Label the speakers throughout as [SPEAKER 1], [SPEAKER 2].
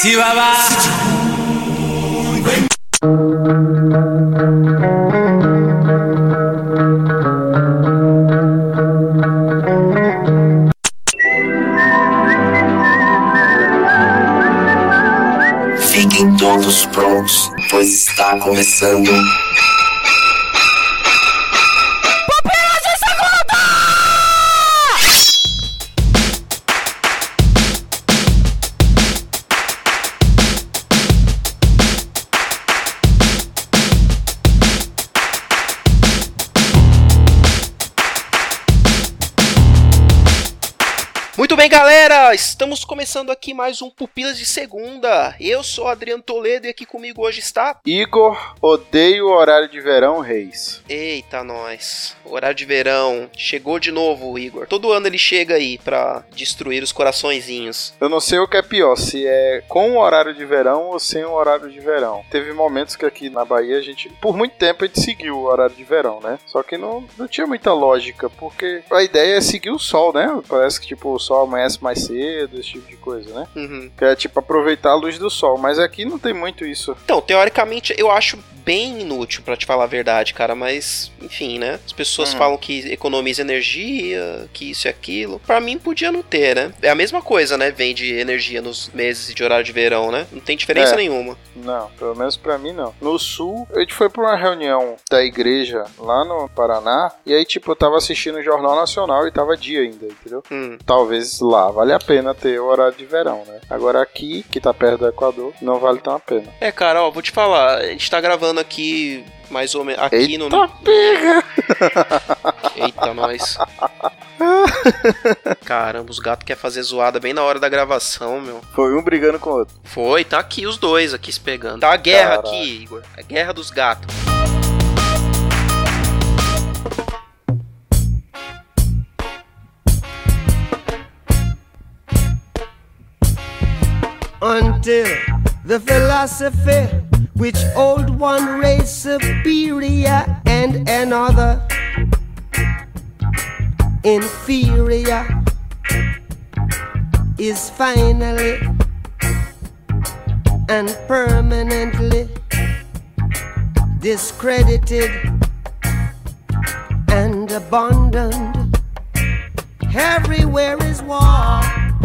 [SPEAKER 1] Fiquem todos prontos, pois está começando.
[SPEAKER 2] Muito bem, galera, estamos começando aqui mais um Pupilas de Segunda. Eu sou Adriano Toledo e aqui comigo hoje está...
[SPEAKER 3] Igor, odeio o horário de verão, Reis.
[SPEAKER 2] Eita, nós. Horário de verão. Chegou de novo, Igor. Todo ano ele chega aí pra destruir os coraçõezinhos.
[SPEAKER 3] Eu não sei o que é pior, se é com o horário de verão ou sem o horário de verão. Teve momentos que aqui na Bahia, por muito tempo a gente seguiu o horário de verão, né? Só que não tinha muita lógica, porque a ideia é seguir o sol, né? Parece que tipo o sol amanhece mais cedo, esse tipo de coisa, né?
[SPEAKER 2] Uhum.
[SPEAKER 3] Que é tipo aproveitar a luz do sol, mas aqui não tem muito isso.
[SPEAKER 2] Então, teoricamente, eu acho bem inútil, pra te falar a verdade, cara, mas, enfim, né? As pessoas falam que economiza energia, que isso e aquilo. Pra mim, podia não ter, né? É a mesma coisa, né? Vende energia nos meses de horário de verão, né? Não tem diferença nenhuma.
[SPEAKER 3] Não, pelo menos pra mim não. No sul, a gente foi pra uma reunião da igreja lá no Paraná, e aí, tipo, eu tava assistindo o Jornal Nacional e tava dia ainda, entendeu? Talvez lá vale a pena ter o horário de verão, né? Agora aqui, que tá perto do Equador, não vale tão a pena.
[SPEAKER 2] É, cara, ó, vou te falar, a gente tá gravando aqui mais ou menos aqui.
[SPEAKER 3] Eita, no... pega!
[SPEAKER 2] Eita, nós. Caramba, os gatos querem fazer zoada bem na hora da gravação, meu.
[SPEAKER 3] Foi um brigando com o outro.
[SPEAKER 2] Foi, tá aqui os dois aqui se pegando. Tá a guerra aqui, Igor. A guerra dos gatos.
[SPEAKER 4] Until the philosophy which old one race superior and another inferior is finally and permanently discredited and abandoned. Everywhere is war.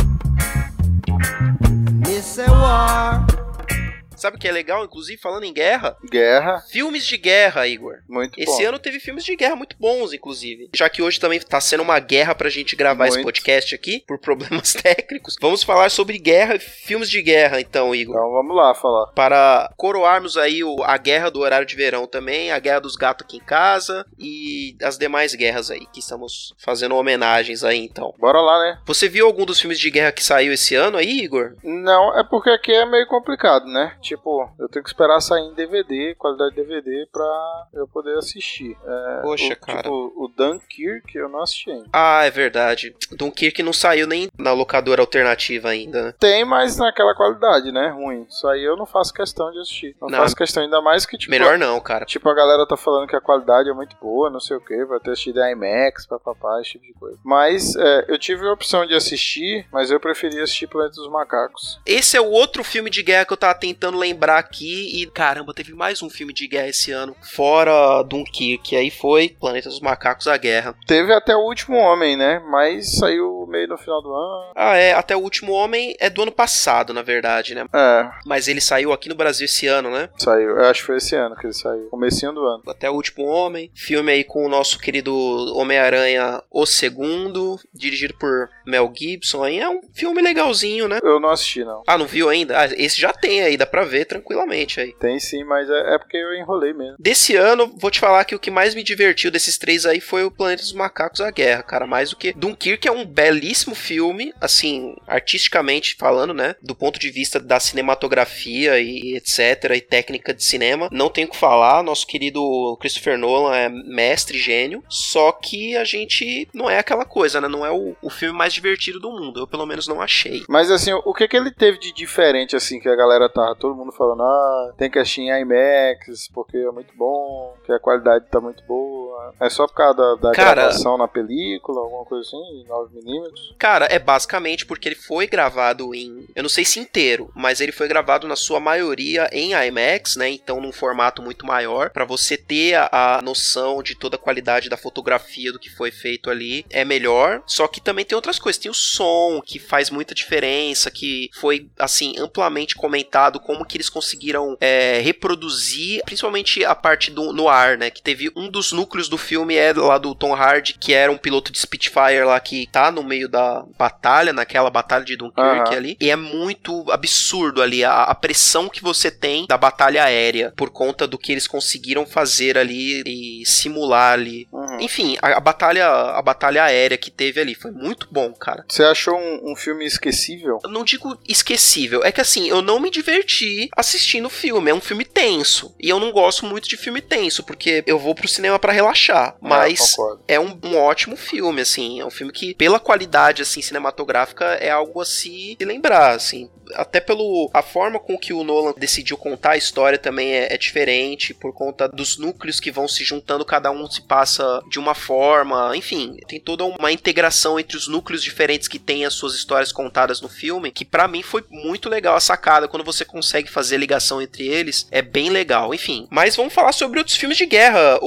[SPEAKER 4] This is war.
[SPEAKER 2] Sabe o que é legal? Inclusive, falando em guerra...
[SPEAKER 3] Guerra.
[SPEAKER 2] Filmes de guerra, Igor.
[SPEAKER 3] Muito bom.
[SPEAKER 2] Esse ano teve filmes de guerra muito bons, inclusive. Já que hoje também tá sendo uma guerra pra gente gravar esse podcast aqui, por problemas técnicos. Vamos falar sobre guerra e filmes de guerra, então, Igor.
[SPEAKER 3] Então, vamos lá falar.
[SPEAKER 2] Para coroarmos aí a guerra do horário de verão também, a guerra dos gatos aqui em casa e as demais guerras aí, que estamos fazendo homenagens aí, então.
[SPEAKER 3] Bora lá, né?
[SPEAKER 2] Você viu algum dos filmes de guerra que saiu esse ano aí, Igor?
[SPEAKER 3] Não, é porque aqui é meio complicado, né? Tipo, eu tenho que esperar sair em DVD, qualidade DVD, pra eu poder assistir.
[SPEAKER 2] Poxa, cara.
[SPEAKER 3] Tipo, o Dunkirk eu não assisti ainda.
[SPEAKER 2] Ah, é verdade. Dunkirk não saiu nem na locadora alternativa ainda, né?
[SPEAKER 3] Tem, mas naquela qualidade, né? Ruim. Isso aí eu não faço questão de assistir. Não faço questão, ainda mais que, tipo...
[SPEAKER 2] Melhor não, cara.
[SPEAKER 3] Tipo, a galera tá falando que a qualidade é muito boa, não sei o que, vai ter assistido IMAX, papapá, esse tipo de coisa. Mas, eu tive a opção de assistir, mas eu preferi assistir Planeta dos Macacos.
[SPEAKER 2] Esse é o outro filme de guerra que eu tava tentando lembrar aqui e, caramba, teve mais um filme de guerra esse ano, fora Dunkirk, aí foi Planeta dos Macacos, a Guerra.
[SPEAKER 3] Teve até o Último Homem, né? Mas saiu meio no final do ano.
[SPEAKER 2] Ah, é, até o Último Homem é do ano passado, na verdade, né?
[SPEAKER 3] É.
[SPEAKER 2] Mas ele saiu aqui no Brasil esse ano, né?
[SPEAKER 3] Saiu, eu acho que foi esse ano que ele saiu, comecinho do ano.
[SPEAKER 2] Até o Último Homem, filme aí com o nosso querido Homem-Aranha, O Segundo, dirigido por Mel Gibson, aí é um filme legalzinho, né?
[SPEAKER 3] Eu não assisti, não.
[SPEAKER 2] Ah, não viu ainda? Ah, esse já tem aí, dá pra ver tranquilamente aí.
[SPEAKER 3] Tem sim, mas é porque eu enrolei mesmo.
[SPEAKER 2] Desse ano, vou te falar que o que mais me divertiu desses três aí foi o Planeta dos Macacos, a Guerra, cara, mais do que Dunkirk é um belíssimo filme, assim, artisticamente falando, né, do ponto de vista da cinematografia e etc, e técnica de cinema, não tenho o que falar, nosso querido Christopher Nolan é mestre, gênio, só que a gente não é aquela coisa, né, não é o filme mais divertido do mundo, eu pelo menos não achei.
[SPEAKER 3] Mas assim, o que ele teve de diferente, assim, que a galera tá todo mundo falando, tem que assistir em IMAX, porque é muito bom, que a qualidade tá muito boa, é só por causa da gravação na película, alguma coisa assim, 9mm? episódios?
[SPEAKER 2] Cara, é basicamente porque ele foi gravado eu não sei se inteiro, mas ele foi gravado na sua maioria em IMAX, né? Então num formato muito maior, pra você ter a noção de toda a qualidade da fotografia do que foi feito ali, é melhor. Só que também tem outras coisas, tem o som, que faz muita diferença, que foi, assim, amplamente comentado como que eles conseguiram reproduzir, principalmente a parte no ar, né? Que teve um dos núcleos do filme lá do Tom Hardy, que era um piloto de Spitfire lá que tá no meio da batalha, naquela batalha de Dunkirk ali, e é muito absurdo ali a pressão que você tem da batalha aérea, por conta do que eles conseguiram fazer ali e simular ali. Enfim, a batalha aérea que teve ali foi muito bom, cara.
[SPEAKER 3] Você achou um filme esquecível?
[SPEAKER 2] Eu não digo esquecível, é que assim, eu não me diverti assistindo o filme, é um filme tenso, e eu não gosto muito de filme tenso, porque eu vou pro cinema pra relaxar, mas é um ótimo filme, assim, é um filme que, pela qualidade, assim, cinematográfica, é algo a se lembrar, assim. Até a forma com que o Nolan decidiu contar a história também é diferente, por conta dos núcleos que vão se juntando, cada um se passa de uma forma, enfim, tem toda uma integração entre os núcleos diferentes que tem as suas histórias contadas no filme, que pra mim foi muito legal a sacada, quando você consegue fazer ligação entre eles, é bem legal, enfim. Mas vamos falar sobre outros filmes de guerra,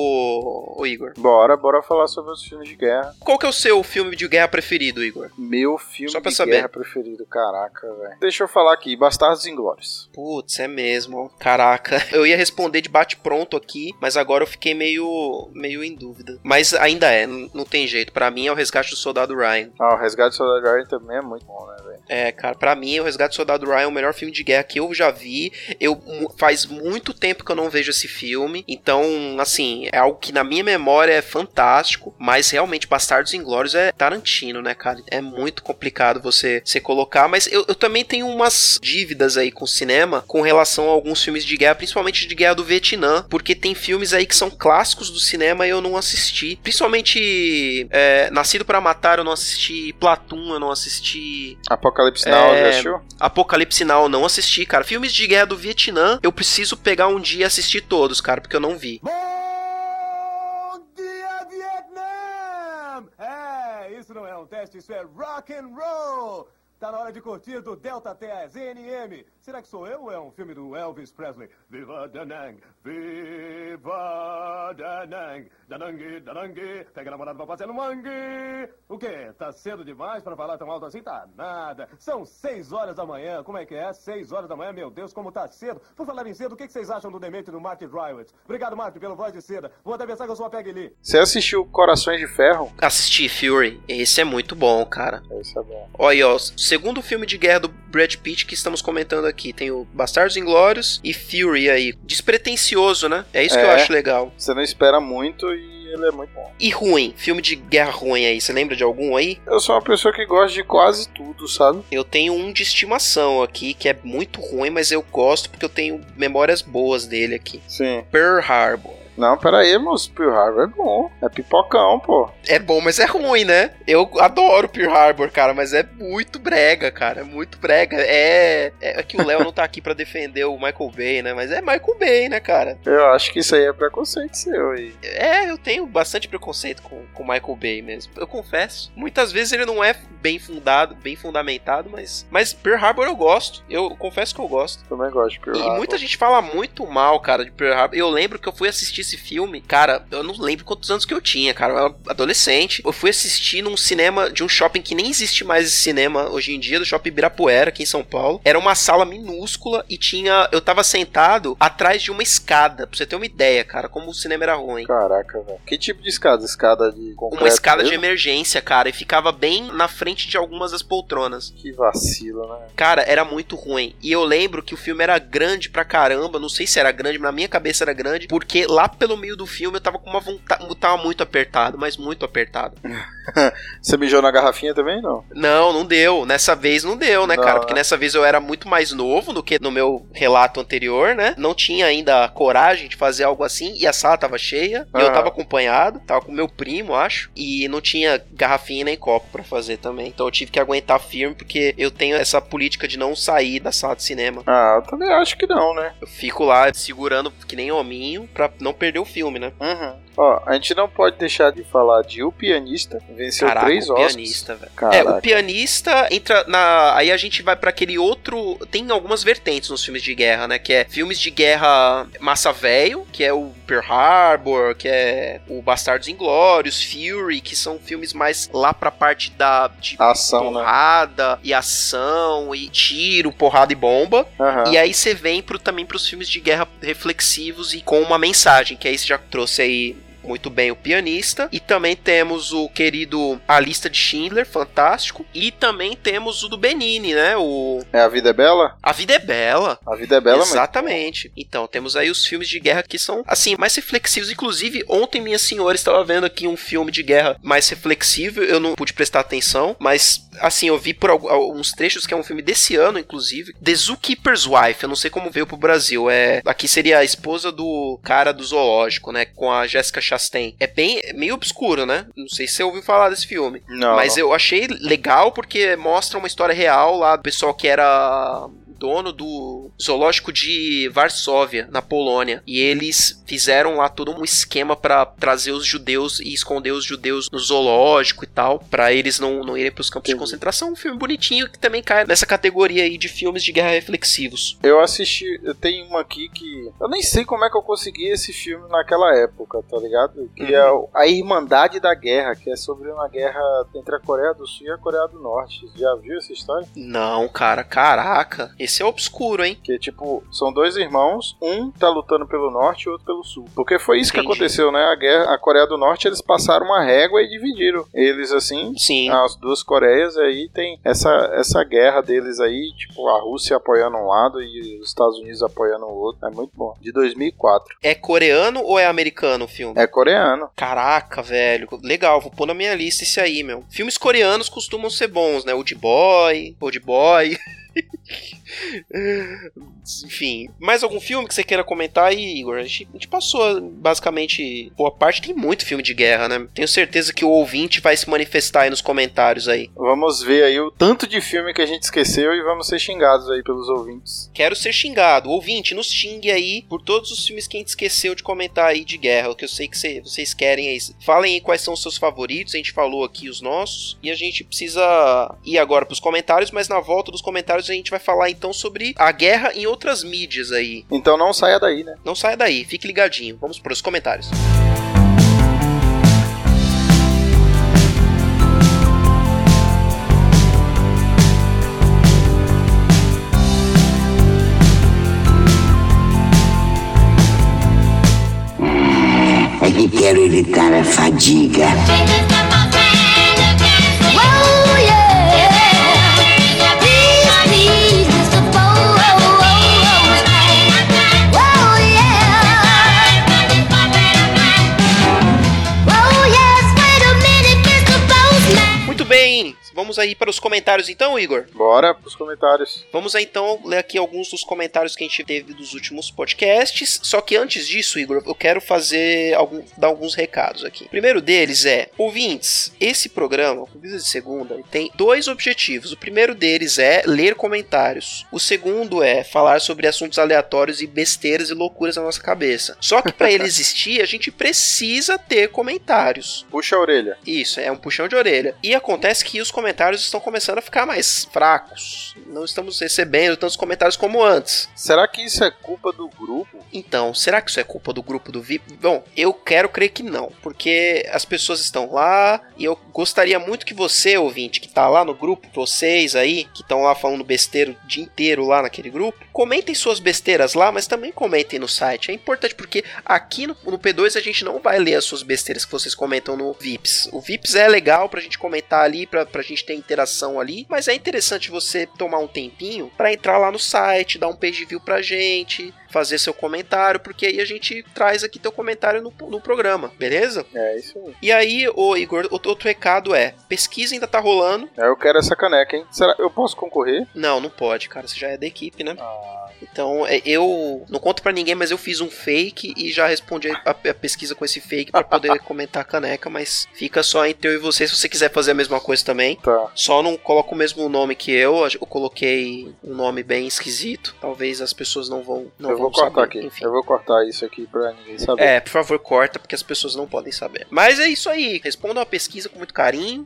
[SPEAKER 2] o Igor.
[SPEAKER 3] Bora falar sobre outros filmes de guerra.
[SPEAKER 2] Qual que é o seu filme de guerra preferido, Igor?
[SPEAKER 3] Meu filme de guerra preferido, caraca, velho. Deixa eu falar aqui, Bastardos Inglórios.
[SPEAKER 2] Putz, é mesmo, caraca. Eu ia responder de bate-pronto aqui, mas agora eu fiquei meio em dúvida. Mas ainda não tem jeito. Pra mim é o Resgate do Soldado Ryan.
[SPEAKER 3] O Resgate do Soldado Ryan também é muito bom, né, velho?
[SPEAKER 2] É, cara, pra mim o Resgate do Soldado Ryan é o melhor filme de guerra que eu já vi. Faz muito tempo que eu não vejo esse filme, então, assim, é algo que na minha memória é fantástico, mas realmente Bastardos Inglórios é Tarantino, né, cara? É muito complicado você colocar, mas eu também tenho umas dívidas aí com o cinema com relação a alguns filmes de guerra, principalmente de guerra do Vietnã, porque tem filmes aí que são clássicos do cinema e eu não assisti, principalmente Nascido para Matar eu não assisti, Platoon eu não assisti,
[SPEAKER 3] Apocalipse Now, já assistiu?
[SPEAKER 2] Apocalipse Now eu não assisti, cara. Filmes de guerra do Vietnã eu preciso pegar um dia e assistir todos, cara, porque eu não vi.
[SPEAKER 5] Bom dia, Vietnã! Isso não é um teste, isso é rock and roll! Tá na hora de curtir do Delta Até ZNM. Será que sou eu ou é um filme do Elvis Presley? Viva Danang, viva Danang, Danang, Danang, pega a namorada pra passear no mangue. O quê? Tá cedo demais pra falar tão alto assim? Tá nada. São 6 horas da manhã. Como é que é? 6 horas da manhã, meu Deus, como tá cedo. Por falar em cedo, o que vocês acham do demente do Martin Rywitz? Obrigado, Martin, pelo voz de seda. Vou até pensar que eu sou a Peggy Lee.
[SPEAKER 3] Você assistiu Corações de Ferro?
[SPEAKER 2] Assisti Fury. Esse é muito bom, cara.
[SPEAKER 3] Esse é bom.
[SPEAKER 2] Olha aí, ó, segundo filme de guerra do Brad Pitt que estamos comentando aqui. Tem o Bastardos Inglórios e Fury aí. Despretensioso, né? É isso que eu acho legal.
[SPEAKER 3] Você não espera muito e ele é muito bom.
[SPEAKER 2] E ruim? Filme de guerra ruim aí. Você lembra de algum aí?
[SPEAKER 3] Eu sou uma pessoa que gosta de quase tudo, sabe?
[SPEAKER 2] Eu tenho um de estimação aqui, que é muito ruim, mas eu gosto porque eu tenho memórias boas dele aqui.
[SPEAKER 3] Sim.
[SPEAKER 2] Pearl Harbor.
[SPEAKER 3] Não, peraí, moço, Pearl Harbor é bom. É pipocão, pô.
[SPEAKER 2] É bom, mas é ruim, né? Eu adoro Pearl Harbor, cara, mas é muito brega, cara. É muito brega. É que o Léo não tá aqui pra defender o Michael Bay, né? Mas é Michael Bay, né, cara?
[SPEAKER 3] Eu acho que isso aí é preconceito seu aí.
[SPEAKER 2] Eu tenho bastante preconceito com o Michael Bay mesmo. Eu confesso. Muitas vezes ele não é bem fundamentado, mas Pearl Harbor eu gosto. Eu confesso que eu gosto.
[SPEAKER 3] Também gosto de Pearl Harbor.
[SPEAKER 2] E muita gente fala muito mal, cara, de Pearl Harbor. Eu lembro que eu fui assistir esse filme, cara, eu não lembro quantos anos que eu tinha, cara, eu era adolescente. Eu fui assistir num cinema de um shopping que nem existe mais esse cinema hoje em dia, do Shopping Ibirapuera, aqui em São Paulo. Era uma sala minúscula e eu tava sentado atrás de uma escada, pra você ter uma ideia, cara, como o cinema era ruim.
[SPEAKER 3] Caraca, velho. Que tipo de escada? Escada de concreto?
[SPEAKER 2] Uma escada
[SPEAKER 3] mesmo?
[SPEAKER 2] De emergência, cara, e ficava bem na frente de algumas das poltronas.
[SPEAKER 3] Que vacilo, né?
[SPEAKER 2] Cara, era muito ruim. E eu lembro que o filme era grande pra caramba, não sei se era grande, mas na minha cabeça era grande, porque lá pelo meio do filme eu tava com uma vontade, tava muito apertado, mas muito apertado.
[SPEAKER 3] Você mijou na garrafinha também, não?
[SPEAKER 2] Não deu, nessa vez não deu, né, cara, porque nessa vez eu era muito mais novo do que no meu relato anterior, né, não tinha ainda coragem de fazer algo assim, e a sala tava cheia, e eu tava acompanhado, tava com meu primo, acho, e não tinha garrafinha nem copo pra fazer também, então eu tive que aguentar firme, porque eu tenho essa política de não sair da sala de cinema.
[SPEAKER 3] Eu também acho que não, né?
[SPEAKER 2] Eu fico lá segurando que nem hominho pra não perder o filme, né?
[SPEAKER 3] Ó, a gente não pode deixar de falar de O Pianista, venceu 3
[SPEAKER 2] o
[SPEAKER 3] Oscars.
[SPEAKER 2] Pianista, velho.
[SPEAKER 3] Caraca.
[SPEAKER 2] O Pianista entra na... Aí a gente vai pra aquele outro... Tem algumas vertentes nos filmes de guerra, né? Que é filmes de guerra massa velho, que é o Pearl Harbor, que é o Bastardos Inglórios, Fury, que são filmes mais lá pra parte de
[SPEAKER 3] ação,
[SPEAKER 2] porrada, né? E ação, e tiro, porrada e bomba.
[SPEAKER 3] Uhum.
[SPEAKER 2] E aí você vem também pros filmes de guerra reflexivos e com uma mensagem, que aí você já trouxe aí muito bem o Pianista, e também temos o querido A Lista de Schindler, fantástico, e também temos o do Benigni, né,
[SPEAKER 3] A Vida é Bela?
[SPEAKER 2] A Vida é Bela.
[SPEAKER 3] A Vida é Bela,
[SPEAKER 2] exatamente. Então, temos aí os filmes de guerra que são, assim, mais reflexivos. Inclusive, ontem minha senhora estava vendo aqui um filme de guerra mais reflexivo, eu não pude prestar atenção, mas, assim, eu vi por alguns trechos, que é um filme desse ano, inclusive, The Zookeeper's Wife, eu não sei como veio pro Brasil, aqui seria a esposa do cara do zoológico, né, com a Jessica Chastain. É meio obscuro, né? Não sei se você ouviu falar desse filme.
[SPEAKER 3] Não.
[SPEAKER 2] Mas eu achei legal porque mostra uma história real lá do pessoal que era dono do zoológico de Varsóvia, na Polônia. E eles fizeram lá todo um esquema pra trazer os judeus e esconder os judeus no zoológico e tal, pra eles não irem pros campos de concentração. Um filme bonitinho que também cai nessa categoria aí de filmes de guerra reflexivos.
[SPEAKER 3] Eu assisti, eu tenho uma aqui que... Eu nem sei como é que eu consegui esse filme naquela época, tá ligado? Que é A Irmandade da Guerra, que é sobre uma guerra entre a Coreia do Sul e a Coreia do Norte. Já viu essa história?
[SPEAKER 2] Não, cara, caraca. Esse é obscuro, hein?
[SPEAKER 3] Que, tipo, são 2 irmãos, um tá lutando pelo norte e outro pelo sul. Porque foi isso que aconteceu, né? A Coreia do Norte, eles passaram uma régua e dividiram eles, assim.
[SPEAKER 2] Sim.
[SPEAKER 3] As 2 Coreias, aí tem essa guerra deles aí, tipo, a Rússia apoiando um lado e os Estados Unidos apoiando o outro. É muito bom. De 2004.
[SPEAKER 2] É coreano ou é americano o filme?
[SPEAKER 3] É coreano.
[SPEAKER 2] Caraca, velho. Legal, vou pôr na minha lista esse aí, meu. Filmes coreanos costumam ser bons, né? Old Boy. Enfim, mais algum filme que você queira comentar aí, Igor? A gente passou basicamente boa parte. Tem muito filme de guerra, né? Tenho certeza que o ouvinte vai se manifestar aí nos comentários aí.
[SPEAKER 3] Vamos ver aí o tanto de filme que a gente esqueceu e vamos ser xingados aí pelos ouvintes.
[SPEAKER 2] Quero ser xingado. Ouvinte, nos xingue aí por todos os filmes que a gente esqueceu de comentar aí de guerra, o que eu sei que vocês querem aí. Falem aí quais são os seus favoritos, a gente falou aqui os nossos, e a gente precisa ir agora pros comentários, mas na volta dos comentários a gente vai falar então sobre a guerra em outras mídias aí.
[SPEAKER 3] Então não saia daí, né?
[SPEAKER 2] Não saia daí, fique ligadinho. Vamos pros comentários.
[SPEAKER 1] É que quero evitar a fadiga.
[SPEAKER 2] Bem, vamos aí para os comentários então, Igor?
[SPEAKER 3] Bora pros comentários.
[SPEAKER 2] Vamos aí então ler aqui alguns dos comentários que a gente teve dos últimos podcasts. Só que antes disso, Igor, eu quero dar alguns recados aqui. O primeiro deles é, ouvintes, esse programa, Convida de Segunda, tem 2 objetivos. O primeiro deles é ler comentários. O segundo é falar sobre assuntos aleatórios e besteiras e loucuras na nossa cabeça. Só que para ele existir, a gente precisa ter comentários.
[SPEAKER 3] Puxa a orelha.
[SPEAKER 2] Isso, é um puxão de orelha. E acontece que os comentários estão começando a ficar mais fracos. Não estamos recebendo tantos comentários como antes.
[SPEAKER 3] Será que isso é culpa do grupo?
[SPEAKER 2] Então, será que isso é culpa do grupo do VIP? Bom, eu quero crer que não, porque as pessoas estão lá e eu gostaria muito que você, ouvinte, que tá lá no grupo, vocês aí, que estão lá falando besteira o dia inteiro lá naquele grupo, comentem suas besteiras lá, mas também comentem no site. É importante porque aqui no P2 a gente não vai ler as suas besteiras que vocês comentam no VIPs. O VIPs é legal pra gente comentar ali, pra gente ter interação ali, mas é interessante você tomar um tempinho pra entrar lá no site, dar um page view pra gente, fazer seu comentário, porque aí a gente traz aqui teu comentário no programa, beleza?
[SPEAKER 3] É isso aí.
[SPEAKER 2] E aí, ô Igor, outro recado é, pesquisa ainda tá rolando.
[SPEAKER 3] Eu quero essa caneca, hein? Será eu posso concorrer?
[SPEAKER 2] Não pode, cara, você já é da equipe, né? Então, eu não conto pra ninguém, mas eu fiz um fake e já respondi a pesquisa com esse fake pra poder comentar a caneca, mas fica só entre eu e você, se você quiser fazer a mesma coisa também.
[SPEAKER 3] Tá.
[SPEAKER 2] Só não coloca o mesmo nome que eu coloquei um nome bem esquisito, talvez as pessoas não vão
[SPEAKER 3] eu vou cortar
[SPEAKER 2] saber.
[SPEAKER 3] aqui.
[SPEAKER 2] Enfim.
[SPEAKER 3] Eu vou cortar isso aqui pra ninguém saber.
[SPEAKER 2] Por favor, corta, porque as pessoas não podem saber. Mas é isso aí, respondam a pesquisa com muito carinho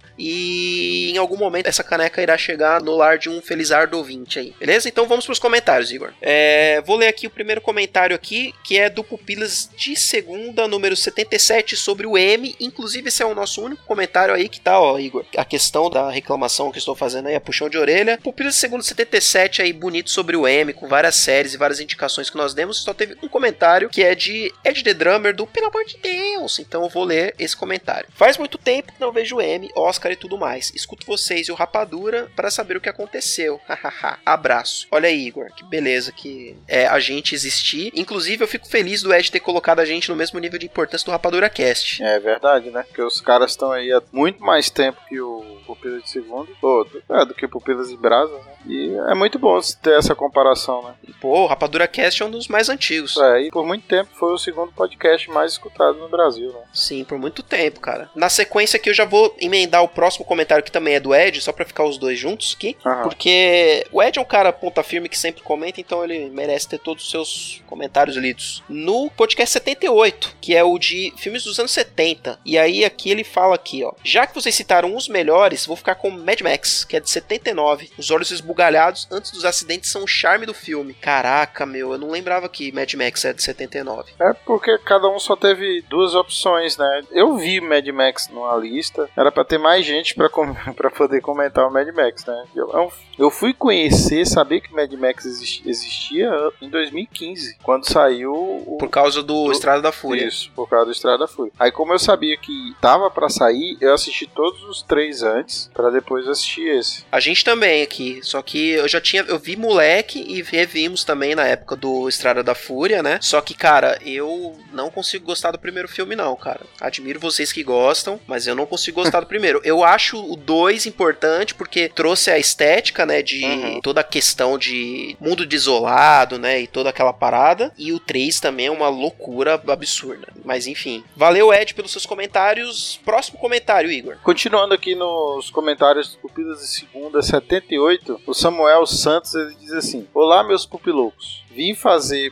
[SPEAKER 2] e em algum momento essa caneca irá chegar no lar de um felizardo ouvinte aí, beleza? Então vamos pros comentários, Igor. Vou ler aqui o primeiro comentário aqui, que é do Pupilas de Segunda, número 77, sobre o M. Inclusive esse é o nosso único comentário aí que tá, ó, Igor, a questão da reclamação que estou fazendo aí, a puxão de orelha. Pupilas de Segunda 77 aí, bonito sobre o M, com várias séries e várias indicações que nós demos, só teve um comentário que é de Ed The Drummer, do Pelo Amor de Deus. Então eu vou ler esse comentário. Faz muito tempo que não vejo o M, Oscar e tudo mais. Escuto vocês e o Rapadura para saber o que aconteceu. Abraço. Olha aí, Igor, que beleza que é a gente existir. Inclusive eu fico feliz do Ed ter colocado a gente no mesmo nível de importância do Rapadura Cast.
[SPEAKER 3] É verdade, né? Porque os caras estão aí há muito mais tempo que o Pupilas de Segunda, do que o Pupilas de Brasa, né? E é muito bom ter essa comparação, né?
[SPEAKER 2] Pô, o Rapadura Cast é um dos mais antigos.
[SPEAKER 3] E por muito tempo foi o segundo podcast mais escutado no Brasil, né?
[SPEAKER 2] Sim, por muito tempo, cara. Na sequência aqui eu já vou emendar o próximo comentário, que também é do Ed, só pra ficar os dois juntos aqui. Porque o Ed é um cara ponta firme que sempre comenta, então ele merece ter todos os seus comentários lidos. No podcast 78, que é o de filmes dos anos 70. E aí aqui ele fala aqui, ó. Já que vocês citaram os melhores, vou ficar com Mad Max, que é de 79. Os olhos esbugalhados antes dos acidentes são o charme do filme. Caraca, meu, eu não lembrava que Mad Max é de 79.
[SPEAKER 3] É porque cada um só teve duas opções, né? Eu vi Mad Max numa lista, era pra ter mais gente pra poder comentar o Mad Max, né? Eu fui conhecer, saber que Mad Max existia em 2015, quando saiu
[SPEAKER 2] por causa do Estrada da Fúria.
[SPEAKER 3] Isso, por causa do Estrada da Fúria. Aí como eu sabia que tava pra sair, eu assisti todos os 3 antes, pra depois assistir esse.
[SPEAKER 2] A gente também aqui, só que eu vi moleque e revimos também na época do Estrada da Fúria, né? Só que, cara, eu não consigo gostar do primeiro filme não, cara. Admiro vocês que gostam, mas eu não consigo gostar do primeiro. Eu acho o 2 importante porque trouxe a estética, né, de toda a questão de mundo desolado, né, e toda aquela parada. E o 3 também é uma loucura absurda. Mas enfim. Valeu, Ed, pelos seus comentários. Próximo comentário, Igor.
[SPEAKER 3] Continuando aqui nos comentários do Pupilas de Segunda 78, o Samuel Santos, ele diz assim: olá, meus pupiloucos. Vim fazer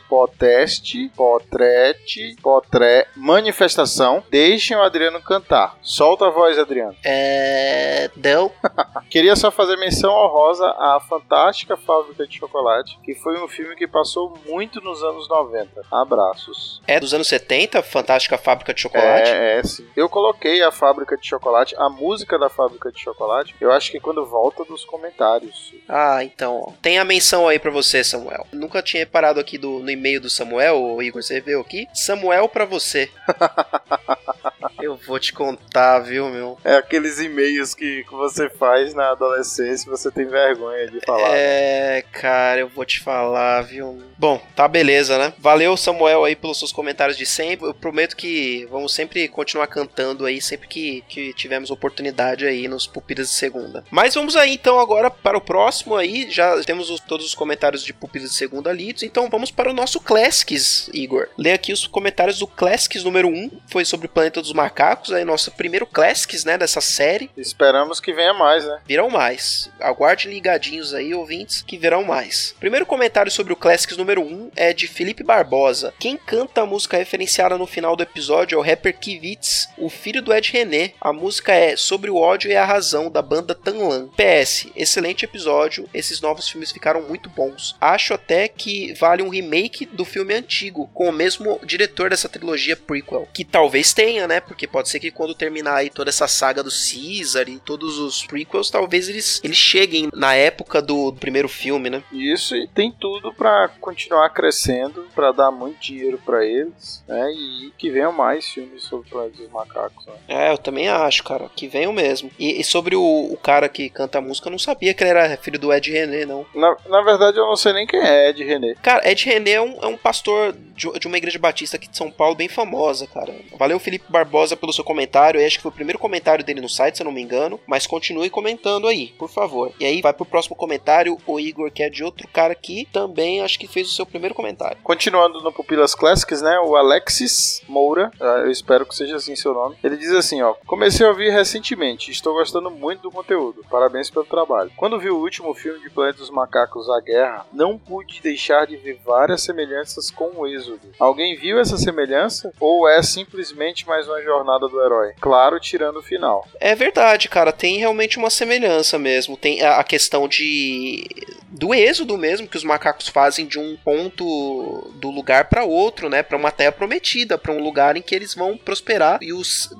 [SPEAKER 3] manifestação. Deixem o Adriano cantar. Solta a voz, Adriano.
[SPEAKER 2] Del.
[SPEAKER 3] Queria só fazer menção honrosa à Fantástica Fábrica de Chocolate, que foi um filme que passou muito nos anos 90. Abraços.
[SPEAKER 2] É dos anos 70, Fantástica Fábrica de Chocolate?
[SPEAKER 3] Sim. Eu coloquei a Fábrica de Chocolate, a música da Fábrica de Chocolate, eu acho que quando volta dos comentários.
[SPEAKER 2] Então, ó, tem a menção aí pra você, Samuel. Nunca tinha parado aqui no e-mail do Samuel, Igor, você viu aqui? Samuel pra você. Eu vou te contar, viu, meu?
[SPEAKER 3] É aqueles e-mails que você faz na adolescência e você tem vergonha de falar.
[SPEAKER 2] Cara, eu vou te falar, viu? Bom, tá beleza, né? Valeu, Samuel, aí pelos seus comentários de sempre. Eu prometo que vamos sempre continuar cantando aí, sempre que tivermos oportunidade aí nos Pupilas de Segunda. Mas vamos aí, então, agora para o próximo aí. Já temos todos os comentários de Pupilas de Segunda lidos, então vamos para o nosso Classics, Igor. Lê aqui os comentários do Classics número 1, foi sobre o Planeta dos Macacos, aí nosso primeiro Classics, né, dessa série.
[SPEAKER 3] Esperamos que venha mais, né?
[SPEAKER 2] Virão mais. Aguardem ligadinhos aí, ouvintes, que virão mais. Primeiro comentário sobre o Classics número 1 é de Felipe Barbosa. Quem canta a música referenciada no final do episódio é o rapper Kivitz, o filho do Ed René. A música é Sobre o Ódio e a Razão, da banda Tanlan. PS, excelente episódio, esses novos filmes ficaram muito bons. Acho até que vale um remake do filme antigo, com o mesmo diretor dessa trilogia prequel. Que talvez tenha, né? Porque pode ser que quando terminar aí toda essa saga do Caesar e todos os prequels, talvez eles cheguem na época do primeiro filme, né?
[SPEAKER 3] Isso, e tem tudo pra continuar crescendo, pra dar muito dinheiro pra eles, né? E que venham mais filmes sobre o Planeta dos Macacos, né?
[SPEAKER 2] Eu também acho, cara, que venham mesmo. E sobre o cara que canta a música, eu não sabia que ele era filho do Ed René, não.
[SPEAKER 3] Na verdade, eu não sei nem quem é Ed René.
[SPEAKER 2] Cara, Ed René é um pastor de uma igreja batista aqui de São Paulo, bem famosa, cara. Valeu, Felipe Barbosa, pelo seu comentário. Eu acho que foi o primeiro comentário dele no site, se eu não me engano. Mas continue comentando aí, por favor. E aí vai pro próximo comentário, o Igor, que é de outro cara aqui, também acho que fez o seu primeiro comentário.
[SPEAKER 3] Continuando no Pupilas Classics, né? O Alexis Moura, eu espero que seja assim seu nome. Ele diz assim, ó: comecei a ouvir recentemente, estou gostando muito do conteúdo. Parabéns pelo trabalho. Quando vi o último filme de Planeta dos Macacos, A Guerra, não pude deixar de ver várias semelhanças com o Êxodo. Alguém viu essa semelhança? Ou é simplesmente mais uma jornada do herói? Claro, tirando o final.
[SPEAKER 2] É verdade, cara, tem realmente uma semelhança mesmo. Tem a questão do êxodo mesmo, que os macacos fazem de um ponto do lugar para outro, né? Para uma terra prometida, para um lugar em que eles vão prosperar. E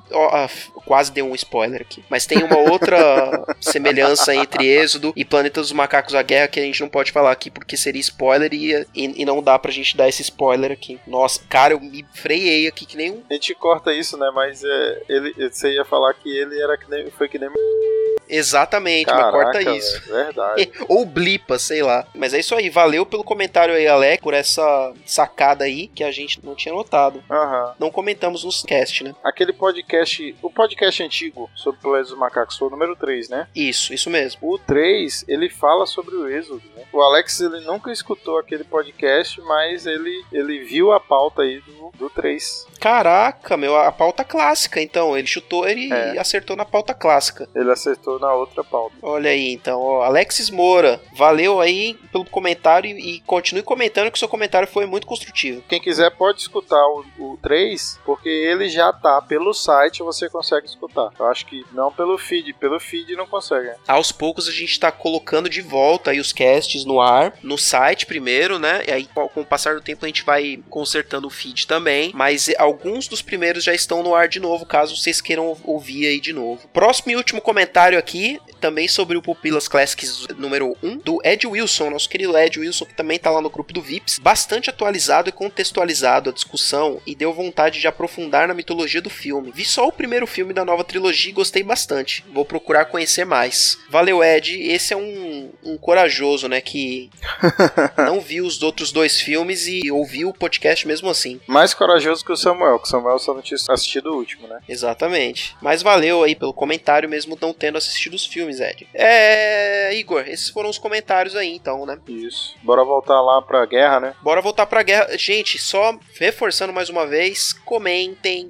[SPEAKER 2] quase deu um spoiler aqui. Mas tem uma outra semelhança entre Êxodo e Planeta dos Macacos, A Guerra, que a gente não pode falar aqui porque seria spoiler e não dá pra gente dar esse spoiler aqui. Nossa, cara, eu me freiei aqui que nem um...
[SPEAKER 3] A gente corta isso, né? Mas você ia falar que ele era foi que nem...
[SPEAKER 2] Exatamente,
[SPEAKER 3] caraca,
[SPEAKER 2] mas corta isso.
[SPEAKER 3] Verdade.
[SPEAKER 2] Ou blipa, sei lá. Mas é isso aí, valeu pelo comentário aí, Alex, por essa sacada aí que a gente não tinha notado. Não comentamos nos cast, né?
[SPEAKER 3] Aquele podcast, o podcast antigo sobre o Planeta dos Macacos foi o número 3, né?
[SPEAKER 2] Isso mesmo.
[SPEAKER 3] O 3, ele fala sobre o Êxodo, né? O Alex, ele nunca escutou aquele podcast, mas ele viu a pauta aí do 3.
[SPEAKER 2] Caraca, meu, a pauta clássica, então. Ele chutou, ele acertou na pauta clássica.
[SPEAKER 3] Ele acertou na outra pauta.
[SPEAKER 2] Olha aí, então, ó, Alexis Moura, valeu aí pelo comentário e continue comentando que o seu comentário foi muito construtivo.
[SPEAKER 3] Quem quiser pode escutar o 3, porque ele já tá pelo site, você consegue escutar. Eu acho que não pelo feed não consegue. Né?
[SPEAKER 2] Aos poucos a gente tá colocando de volta aí os casts no ar, no site primeiro, né? E aí com o passar do tempo a gente vai consertando o feed também, mas alguns dos primeiros já estão no ar de novo, caso vocês queiram ouvir aí de novo. Próximo e último comentário aqui, também sobre o Pupilas Classics número 1, do Ed Wilson, nosso querido Ed Wilson, que também tá lá no grupo do Vips, bastante atualizado e contextualizado a discussão e deu vontade de aprofundar na mitologia do filme. Vi só o primeiro filme da nova trilogia e gostei bastante. Vou procurar conhecer mais. Valeu, Ed. Esse é um corajoso, né, que não viu os outros dois filmes e ouviu o podcast mesmo assim.
[SPEAKER 3] Mais corajoso que o Samuel só não tinha assistido o último, né?
[SPEAKER 2] Exatamente. Mas valeu aí pelo comentário, mesmo não tendo assistido os filmes, Ed. Igor, esses foram os comentários aí, então, né?
[SPEAKER 3] Isso. Bora voltar lá pra guerra, né?
[SPEAKER 2] Bora voltar pra guerra. Gente, só reforçando mais uma vez, comentem,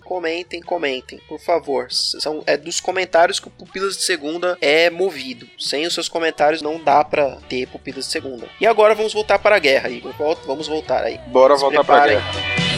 [SPEAKER 2] por favor. É dos comentários que o Pupilas de Segunda é movido. Sem os seus comentários não dá pra ter Pupilas de Segunda. E agora vamos voltar para a guerra, Igor. Vamos voltar aí.
[SPEAKER 3] Bora voltar pra guerra.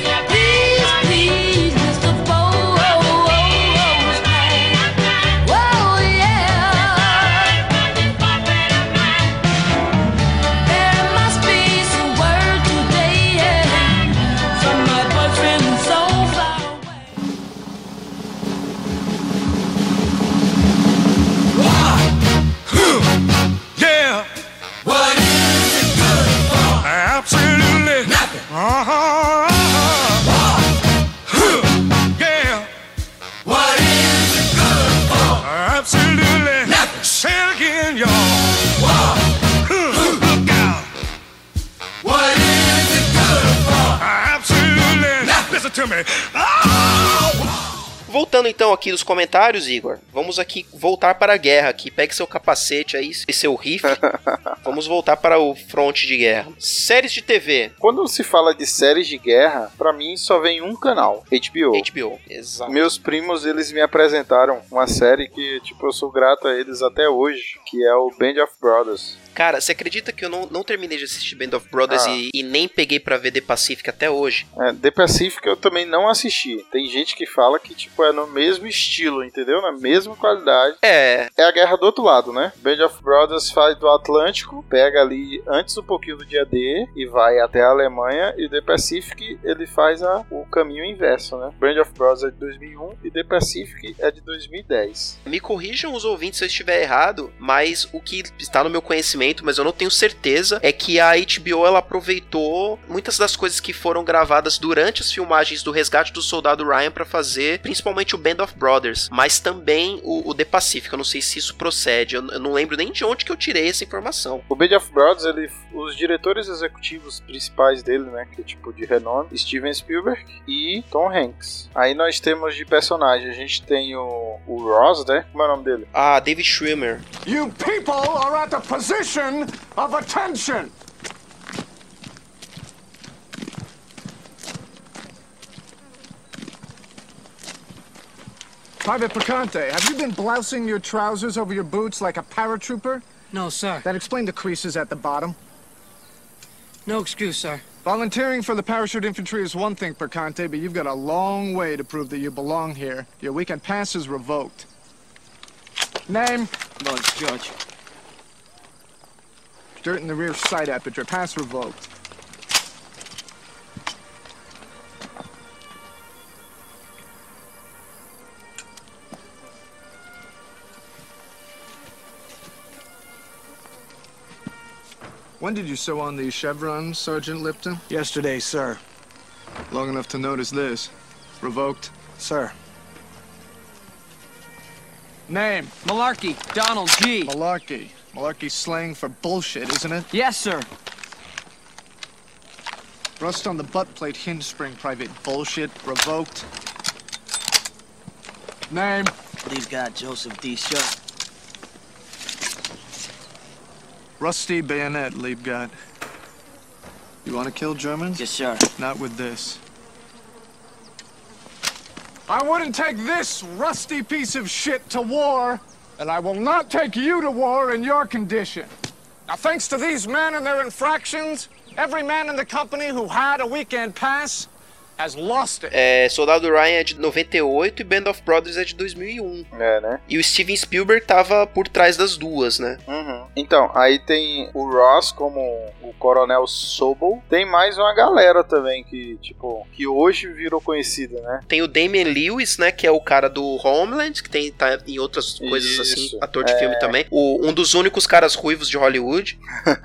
[SPEAKER 2] Voltando então aqui nos comentários, Igor, vamos aqui voltar para a guerra aqui. Pegue seu capacete aí e seu rifle. Vamos voltar para o fronte de guerra. Séries de TV.
[SPEAKER 3] Quando se fala de séries de guerra, pra mim só vem um canal, HBO.
[SPEAKER 2] HBO, exato.
[SPEAKER 3] Meus primos, eles me apresentaram uma série que, tipo, eu sou grato a eles até hoje, que é o Band of Brothers.
[SPEAKER 2] Cara, você acredita que eu não terminei de assistir Band of Brothers e nem peguei pra ver The Pacific até hoje?
[SPEAKER 3] The Pacific eu também não assisti. Tem gente que fala que, tipo, é no mesmo estilo, entendeu? Na mesma qualidade. É a guerra do outro lado, né? Band of Brothers faz do Atlântico, pega ali antes um pouquinho do dia D e vai até a Alemanha, e The Pacific ele faz o caminho inverso, né? Band of Brothers é de 2001 e The Pacific é de 2010.
[SPEAKER 2] Me corrijam os ouvintes se eu estiver errado, mas o que está no meu conhecimento, mas eu não tenho certeza, é que a HBO ela aproveitou muitas das coisas que foram gravadas durante as filmagens do Resgate do Soldado Ryan para fazer, principalmente principalmente o Band of Brothers, mas também o The Pacific. Eu não sei se isso procede, eu não lembro nem de onde que eu tirei essa informação.
[SPEAKER 3] O Band of Brothers, os diretores executivos principais dele, né, que é tipo de renome, Steven Spielberg e Tom Hanks. Aí nós temos de personagem, a gente tem o Ross, né? Como é o nome dele?
[SPEAKER 2] Ah, David Schwimmer.
[SPEAKER 5] You people are at a position of attention. Private Picante, have you been blousing your trousers over your boots like a paratrooper?
[SPEAKER 6] No, sir.
[SPEAKER 5] That explain the creases at the bottom.
[SPEAKER 6] No excuse, sir.
[SPEAKER 5] Volunteering for the parachute infantry is one thing, Picante, but you've got a long way to prove that you belong here. Your weekend pass is revoked. Name?
[SPEAKER 6] Lord George.
[SPEAKER 5] Dirt in the rear sight aperture. Pass revoked. When did you sew on these chevrons, Sergeant Lipton?
[SPEAKER 7] Yesterday, sir.
[SPEAKER 5] Long enough to notice this. Revoked.
[SPEAKER 7] Sir.
[SPEAKER 5] Name?
[SPEAKER 6] Malarkey, Donald G.
[SPEAKER 5] Malarkey. Malarkey's slang for bullshit, isn't it?
[SPEAKER 6] Yes, sir.
[SPEAKER 5] Rust on the butt plate hinge spring, Private. Bullshit. Revoked. Name?
[SPEAKER 6] Please God, Joseph D. Sharp.
[SPEAKER 5] Rusty bayonet, Liebgott. You want to kill Germans?
[SPEAKER 6] Yes, sir.
[SPEAKER 5] Not with this. I wouldn't take this rusty piece of shit to war, and I will not take you to war in your condition. Now, thanks to these men and their infractions, every man in the company who had a weekend pass has lost it.
[SPEAKER 2] Soldado Ryan é de 98 e Band of Brothers é de 2001.
[SPEAKER 3] É, né?
[SPEAKER 2] E o Steven Spielberg tava por trás das duas, né?
[SPEAKER 3] Uhum. Então, aí tem o Ross como o Coronel Sobel. Tem mais uma galera também que, tipo, que hoje virou conhecida, né?
[SPEAKER 2] Tem o Damian Lewis, né, que é o cara do Homeland, que tá em outras coisas assim, ator de filme também. Um dos únicos caras ruivos de Hollywood.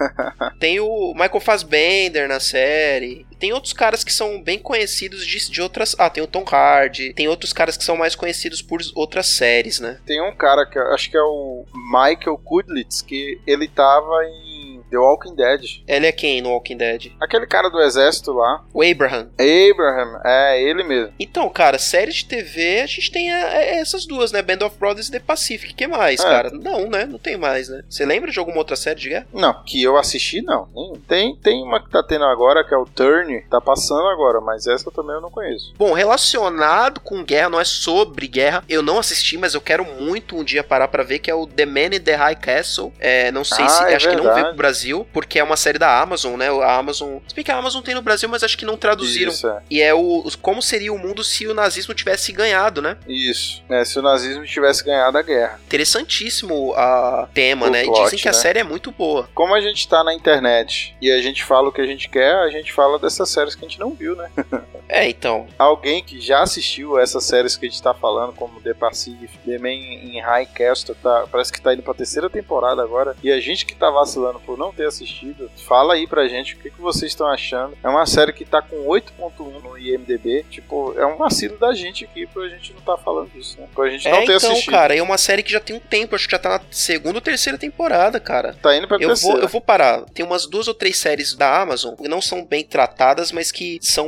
[SPEAKER 2] Tem o Michael Fassbender na série. Tem outros caras que são bem conhecidos de outras... Ah, tem o Tom Hardy. Tem outros caras que são mais conhecidos por outras séries, né?
[SPEAKER 3] Tem um cara que acho que é o Michael Kudlitz, que ele tava em The Walking Dead.
[SPEAKER 2] Ele é quem no Walking Dead?
[SPEAKER 3] Aquele cara do exército lá.
[SPEAKER 2] O Abraham.
[SPEAKER 3] Abraham, é ele mesmo.
[SPEAKER 2] Então, cara, séries de TV, a gente tem essas duas, né? Band of Brothers e The Pacific. Que mais, cara? Não, né? Não tem mais, né? Você lembra de alguma outra série de guerra?
[SPEAKER 3] Não, que eu assisti, não. Tem uma que tá tendo agora, que é o Turn. Tá passando agora, mas essa também eu não conheço.
[SPEAKER 2] Bom, relacionado com guerra, não é sobre guerra. Eu não assisti, mas eu quero muito um dia parar pra ver, que é o The Man in the High Castle. Não sei se... acho que não veio pro Brasil, porque é uma série da Amazon, né? A Amazon... Se bem que a Amazon tem no Brasil, mas acho que não traduziram.
[SPEAKER 3] Isso, é.
[SPEAKER 2] E é como seria o mundo se o nazismo tivesse ganhado, né?
[SPEAKER 3] Isso. Se o nazismo tivesse ganhado a guerra.
[SPEAKER 2] Interessantíssimo a tema, né?
[SPEAKER 3] Plot,
[SPEAKER 2] dizem que a série é muito boa.
[SPEAKER 3] Como a gente tá na internet e a gente fala o que a gente quer, a gente fala dessas séries que a gente não viu, né?
[SPEAKER 2] Então.
[SPEAKER 3] Alguém que já assistiu essas séries que a gente tá falando, como The Pacific, The Man in High Castle, parece que tá indo pra 3ª temporada agora, e a gente que tá vacilando por não ter assistido, fala aí pra gente o que vocês estão achando. É uma série que tá com 8.1 no IMDb, tipo, é um vacilo da gente aqui pra gente não tá falando disso, né? Pra gente não ter assistido.
[SPEAKER 2] Cara, é uma série que já tem um tempo, acho que já tá na 2ª ou 3ª temporada, cara.
[SPEAKER 3] Tá indo pra 3ª.
[SPEAKER 2] Eu vou parar. Tem umas 2 ou 3 séries da Amazon que não são bem tratadas, mas que são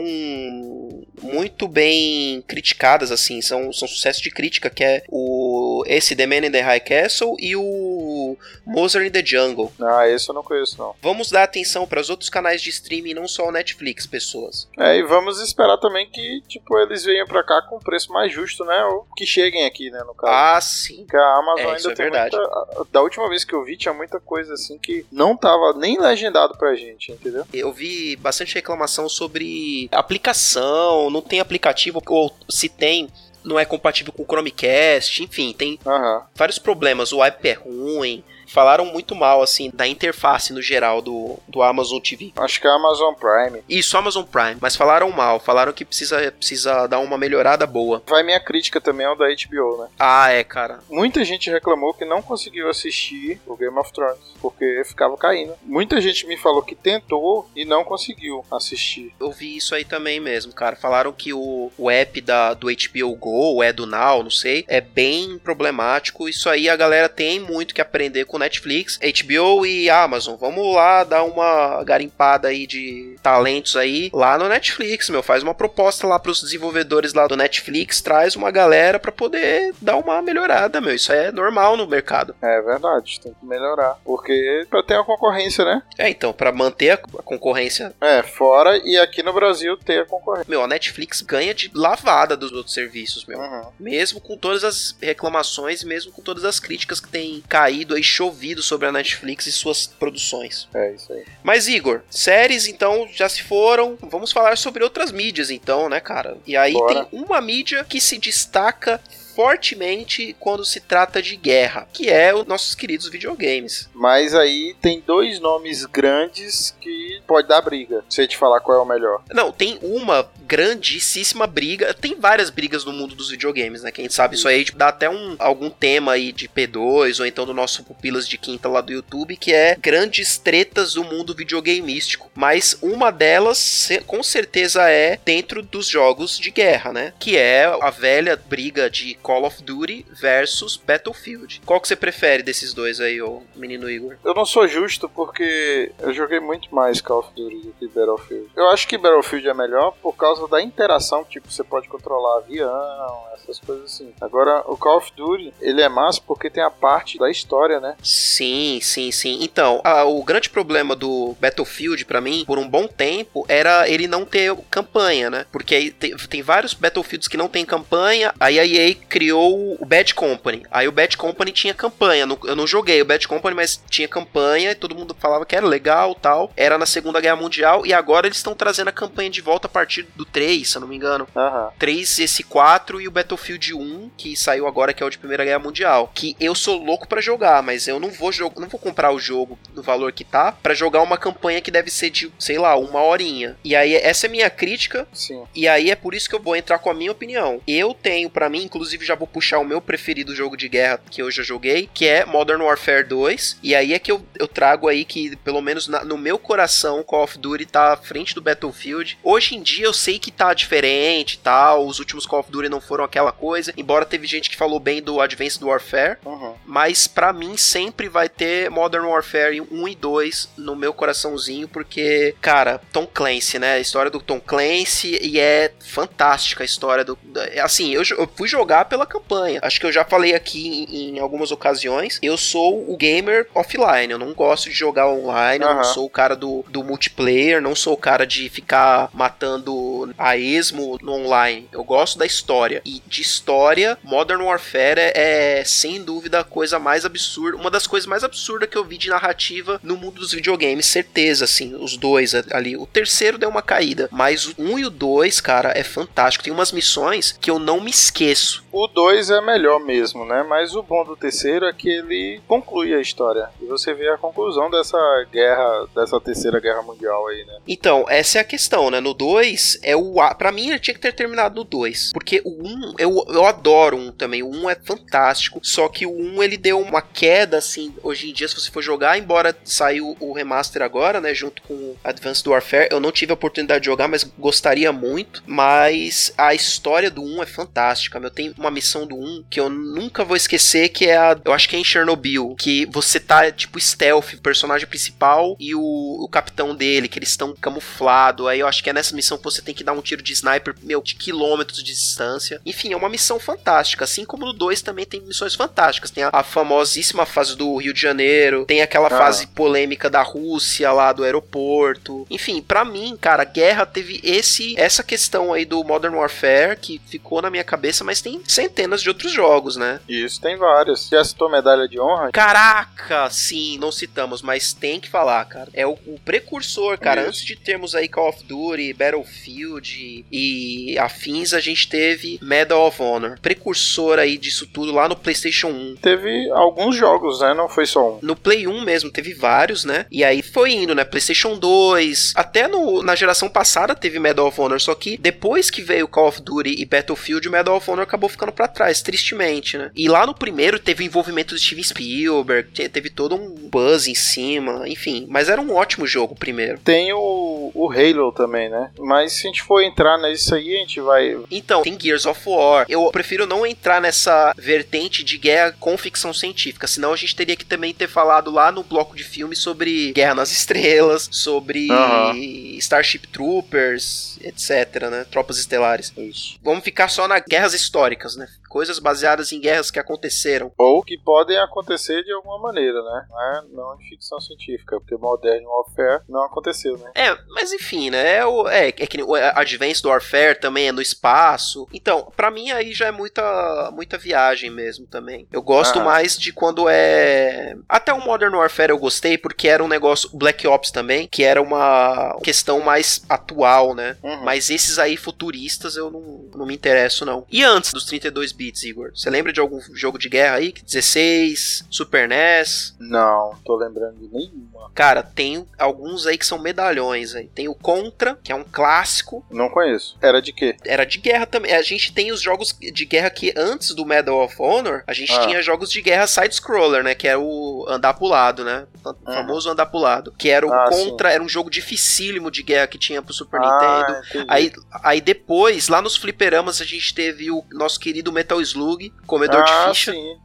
[SPEAKER 2] muito bem criticadas, assim, são sucesso de crítica, que é esse The Man in the High Castle e o Mozart in the Jungle.
[SPEAKER 3] Esse eu não conheço, não.
[SPEAKER 2] Vamos dar atenção para os outros canais de streaming, não só o Netflix, pessoas.
[SPEAKER 3] E vamos esperar também que, tipo, eles venham pra cá com um preço mais justo, né? Ou que cheguem aqui, né, no caso.
[SPEAKER 2] Sim.
[SPEAKER 3] Porque a Amazon ainda
[SPEAKER 2] isso é
[SPEAKER 3] tem
[SPEAKER 2] verdade.
[SPEAKER 3] Da última vez que eu vi, tinha muita coisa, assim, que não tava nem legendado pra gente, entendeu?
[SPEAKER 2] Eu vi bastante reclamação sobre aplicação, não tem aplicativo, ou se tem, não é compatível com o Chromecast, enfim, tem vários problemas. O app é ruim. Falaram muito mal, assim, da interface no geral do Amazon TV.
[SPEAKER 3] Acho que é a Amazon Prime.
[SPEAKER 2] Isso, Amazon Prime. Mas falaram mal. Falaram que precisa dar uma melhorada boa.
[SPEAKER 3] Vai minha crítica também ao da HBO, né?
[SPEAKER 2] Ah, é, cara.
[SPEAKER 3] Muita gente reclamou que não conseguiu assistir o Game of Thrones, porque ficava caindo. Muita gente me falou que tentou e não conseguiu assistir.
[SPEAKER 2] Eu vi isso aí também mesmo, cara. Falaram que o app do HBO Go, é do Now, não sei, é bem problemático. Isso aí a galera tem muito que aprender com Netflix, HBO e Amazon. Vamos lá dar uma garimpada aí de talentos aí lá no Netflix, meu. Faz uma proposta lá pros desenvolvedores lá do Netflix, traz uma galera pra poder dar uma melhorada, meu. Isso é normal no mercado.
[SPEAKER 3] É verdade, tem que melhorar. Porque pra ter a concorrência, né?
[SPEAKER 2] Então, pra manter a concorrência.
[SPEAKER 3] Fora e aqui no Brasil ter a concorrência.
[SPEAKER 2] Meu, a Netflix ganha de lavada dos outros serviços, meu. Mesmo com todas as reclamações, mesmo com todas as críticas que tem caído aí, chovido sobre a Netflix e suas produções.
[SPEAKER 3] É isso aí.
[SPEAKER 2] Mas, Igor, séries, então, já se foram. Vamos falar sobre outras mídias, então, né, cara? E aí
[SPEAKER 3] Bora.
[SPEAKER 2] tem uma mídia que se destaca fortemente quando se trata de guerra, que é os nossos queridos videogames.
[SPEAKER 3] Mas aí tem dois nomes grandes que pode dar briga. Sei te falar qual é o melhor.
[SPEAKER 2] Não, tem uma grandíssima briga. Tem várias brigas no mundo dos videogames, né? Quem sabe isso aí dá até algum tema aí de P2 ou então do nosso Pupilas de Quinta lá do YouTube, que é grandes tretas do mundo videogameístico. Mas uma delas, com certeza, é dentro dos jogos de guerra, né? Que é a velha briga de Call of Duty versus Battlefield. Qual que você prefere desses dois aí, ô menino Igor?
[SPEAKER 3] Eu não sou justo porque eu joguei muito mais Call of Duty do que Battlefield. Eu acho que Battlefield é melhor por causa da interação, tipo, você pode controlar avião, essas coisas assim. Agora, o Call of Duty, ele é massa porque tem a parte da história, né?
[SPEAKER 2] Sim. Então, o grande problema do Battlefield, pra mim, por um bom tempo, era ele não ter campanha, né? Porque aí tem vários Battlefields que não tem campanha, aí a EA criou o Bad Company. Aí o Bad Company tinha campanha. Eu não joguei o Bad Company, mas tinha campanha e todo mundo falava que era legal, tal. Era na Segunda Guerra Mundial e agora eles estão trazendo a campanha de volta a partir do 3, se eu não me engano. 3, esse 4 e o Battlefield 1, que saiu agora, que é o de Primeira Guerra Mundial. Que eu sou louco pra jogar, mas eu não vou comprar o jogo no valor que tá pra jogar uma campanha que deve ser de, sei lá, 1 horinha. E aí, essa é minha crítica.
[SPEAKER 3] Sim.
[SPEAKER 2] E aí é por isso que eu vou entrar com a minha opinião. Eu tenho pra mim, inclusive já vou puxar o meu preferido jogo de guerra que eu já joguei, que é Modern Warfare 2. E aí é que eu trago aí que, pelo menos no meu coração, Call of Duty tá à frente do Battlefield. Hoje em dia eu sei que tá diferente e tal, os últimos Call of Duty não foram aquela coisa, embora teve gente que falou bem do Advanced Warfare, mas pra mim sempre vai ter Modern Warfare 1 e 2 no meu coraçãozinho, porque, cara, Tom Clancy, né, a história do Tom Clancy, e é fantástica a história assim, eu fui jogar pela campanha, acho que eu já falei aqui em algumas ocasiões, eu sou o gamer offline, eu não gosto de jogar online, eu não sou o cara do multiplayer, não sou o cara de ficar matando a esmo no online, eu gosto da história, e de história, Modern Warfare é sem dúvida a coisa mais absurda, uma das coisas mais absurdas que eu vi de narrativa no mundo dos videogames, certeza, assim, os dois ali, o terceiro deu uma caída, mas o 1 e o 2, cara, é fantástico, tem umas missões que eu não me esqueço.
[SPEAKER 3] O 2 é melhor mesmo, né, mas o bom do terceiro é que ele conclui a história, e você vê a conclusão dessa terceira guerra mundial aí, né.
[SPEAKER 2] Então, essa é a questão, né, no 2, pra mim ele tinha que ter terminado no 2, porque o 1, eu adoro o 1 também, o 1 é fantástico, só que o 1 ele deu uma queda, assim, hoje em dia se você for jogar, embora saiu o remaster agora, né, junto com o Advanced Warfare, eu não tive a oportunidade de jogar, mas gostaria muito, mas a história do 1 é fantástica, meu, tem uma missão do 1 que eu nunca vou esquecer, que é eu acho que é em Chernobyl, que você tá, tipo, stealth, o personagem principal e o capitão dele, que eles estão camuflados, aí eu acho que é nessa missão que você tem que dar um tiro de sniper, meu, de quilômetros de distância, enfim, é uma missão fantástica, assim como no 2 também tem missões fantásticas, tem a famosíssima fase do Rio de Janeiro, tem aquela fase polêmica da Rússia lá do aeroporto, enfim, pra mim, cara, guerra teve essa questão aí do Modern Warfare que ficou na minha cabeça, mas tem centenas de outros jogos, né?
[SPEAKER 3] Isso, tem vários. Já citou Medalha de Honra?
[SPEAKER 2] Caraca, sim, não citamos, mas tem que falar, cara. É o precursor, cara,
[SPEAKER 3] Isso.
[SPEAKER 2] antes de termos aí Call of Duty, Battlefield, Battlefield e afins, a gente teve Medal of Honor, precursor aí disso tudo lá no PlayStation 1.
[SPEAKER 3] Teve alguns jogos, né? Não foi só um.
[SPEAKER 2] No Play 1 mesmo, teve vários, né? E aí foi indo, né? PlayStation 2, até na geração passada teve Medal of Honor, só que depois que veio Call of Duty e Battlefield, Medal of Honor acabou ficando pra trás, tristemente, né? E lá no primeiro teve o envolvimento do Steven Spielberg, teve todo um buzz em cima, enfim. Mas era um ótimo jogo, primeiro.
[SPEAKER 3] Tem o Halo também, né? Mas se a gente for entrar nisso aí, a gente vai...
[SPEAKER 2] Então, tem Gears of War. Eu prefiro não entrar nessa vertente de guerra com ficção científica, senão a gente teria que também ter falado lá no bloco de filmes sobre Guerra nas Estrelas, sobre Starship Troopers, etc, né? Tropas Estelares.
[SPEAKER 3] Isso.
[SPEAKER 2] Vamos ficar só nas guerras históricas, né? Coisas baseadas em guerras que aconteceram.
[SPEAKER 3] Ou que podem acontecer de alguma maneira, né? Não em ficção científica, porque Modern Warfare não aconteceu, né?
[SPEAKER 2] Mas enfim, né? É que o Advanced Warfare também é no espaço. Então, pra mim aí já é muita viagem mesmo também. Eu gosto mais de quando é... Até o Modern Warfare eu gostei, porque era um negócio... Black Ops também, que era uma questão mais atual, né? Mas esses aí futuristas eu não me interesso, não. E antes dos 32 bits, Igor? Você lembra de algum jogo de guerra aí? 16, Super NES?
[SPEAKER 3] Não, tô lembrando de nenhuma.
[SPEAKER 2] Cara, tem alguns aí que são medalhões aí. Tem o Contra, que é um clássico.
[SPEAKER 3] Não conheço. Era de quê?
[SPEAKER 2] Era de guerra também. A gente tem os jogos de guerra que antes do Medal of Honor, a gente tinha jogos de guerra side-scroller, né? Que era o andar pro lado, né? O famoso andar pro lado. Que era o Contra, era um jogo dificílimo de guerra que tinha pro Super Nintendo. Aí depois, lá nos fliperamas, a gente teve o nosso querido Metal Slug, comedor de ficha.
[SPEAKER 3] Sim.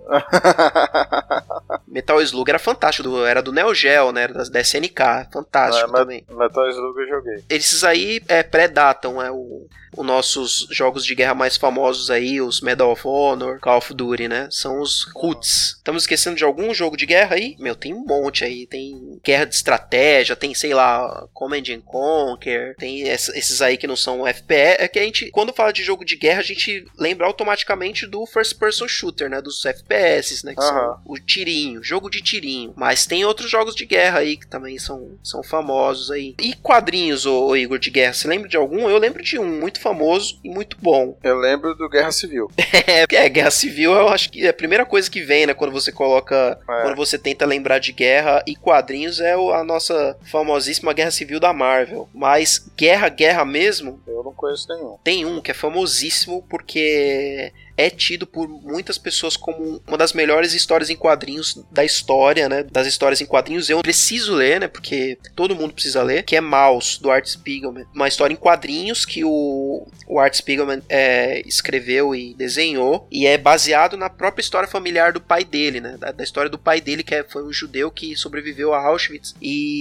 [SPEAKER 2] Metal Slug era fantástico, era do Neo Geo, né? Era da SNK, fantástico também.
[SPEAKER 3] Metal Slug eu joguei.
[SPEAKER 2] Esses aí pré-datam, né? Os nossos jogos de guerra mais famosos aí, os Medal of Honor, Call of Duty, né? São os roots. Estamos esquecendo de algum jogo de guerra aí? Meu, tem um monte aí. Tem guerra de estratégia, tem, sei lá, Command & Conquer, tem esses aí que não são FPS. É que a gente, quando fala de jogo de guerra, a gente lembra automaticamente do First Person Shooter, né? Dos FPS, né? Que são o tirinho, jogo de tirinho. Mas tem outros jogos de guerra aí que também são famosos aí. E quadrinhos, ô Igor, de guerra, você lembra de algum? Eu lembro de um muito famoso e muito bom.
[SPEAKER 3] Eu lembro do Guerra Civil.
[SPEAKER 2] Guerra Civil eu acho que é a primeira coisa que vem, né? Quando você coloca... Quando você tenta lembrar de guerra e quadrinhos é a nossa famosíssima Guerra Civil da Marvel. Mas guerra mesmo...
[SPEAKER 3] Eu não conheço nenhum.
[SPEAKER 2] Tem um que é famosíssimo porque... é tido por muitas pessoas como uma das melhores histórias em quadrinhos da história, né? Das histórias em quadrinhos. Eu preciso ler, né? Porque todo mundo precisa ler. Que é Maus, do Art Spiegelman. Uma história em quadrinhos que o Art Spiegelman escreveu e desenhou. E é baseado na própria história familiar do pai dele, né? Da história do pai dele, que foi um judeu que sobreviveu a Auschwitz.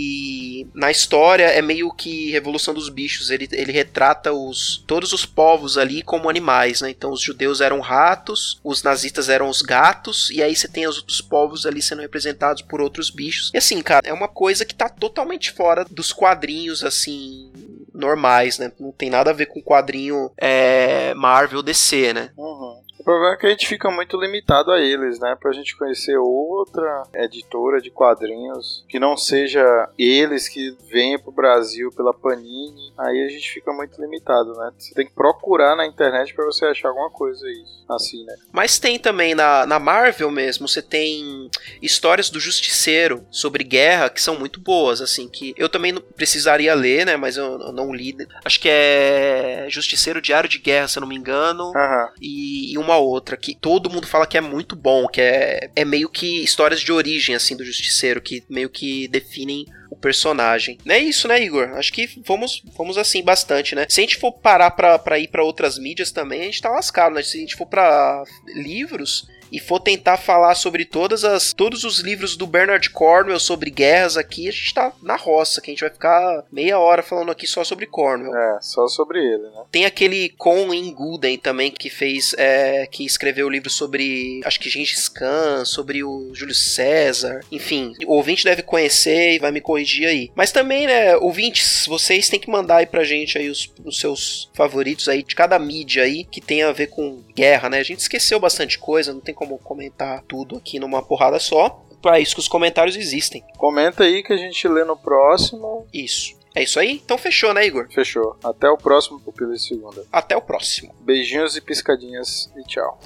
[SPEAKER 2] E na história é meio que Revolução dos Bichos. Ele retrata todos os povos ali como animais, né? Então os judeus eram ratos, os nazistas eram os gatos, e aí você tem os outros povos ali sendo representados por outros bichos. E assim, cara, é uma coisa que tá totalmente fora dos quadrinhos, assim, normais, né? Não tem nada a ver com quadrinho Marvel DC, né?
[SPEAKER 3] O problema é que a gente fica muito limitado a eles, né? Pra gente conhecer outra editora de quadrinhos que não seja eles que venham pro Brasil pela Panini, aí a gente fica muito limitado, né? Você tem que procurar na internet pra você achar alguma coisa assim, né?
[SPEAKER 2] Mas tem também na Marvel mesmo, você tem histórias do Justiceiro sobre guerra que são muito boas, assim, que eu também não precisaria ler, né? Mas eu não li. Acho que é Justiceiro Diário de Guerra, se eu não me engano. E uma outra que todo mundo fala que é muito bom, que é meio que histórias de origem, assim, do Justiceiro, que meio que definem o personagem. Não é isso, né, Igor? Acho que fomos assim bastante, né? Se a gente for parar pra ir pra outras mídias também, a gente tá lascado, né? Se a gente for pra livros... e for tentar falar sobre todos os livros do Bernard Cornwell sobre guerras aqui, a gente tá na roça, que a gente vai ficar meia hora falando aqui só sobre Cornwell.
[SPEAKER 3] Só sobre ele, né?
[SPEAKER 2] Tem aquele Con Inguden também, que que escreveu o livro sobre, acho que Gengis Khan, sobre o Júlio César, enfim, o ouvinte deve conhecer e vai me corrigir aí. Mas também, né, ouvintes, vocês têm que mandar aí pra gente aí os seus favoritos aí, de cada mídia aí, que tem a ver com guerra, né? A gente esqueceu bastante coisa, não tem como comentar tudo aqui numa porrada só. Para isso que os comentários existem.
[SPEAKER 3] Comenta aí que a gente lê no próximo.
[SPEAKER 2] Isso. É isso aí? Então fechou, né, Igor?
[SPEAKER 3] Fechou. Até o próximo Pupila de Segunda.
[SPEAKER 2] Até o próximo.
[SPEAKER 3] Beijinhos e piscadinhas e tchau.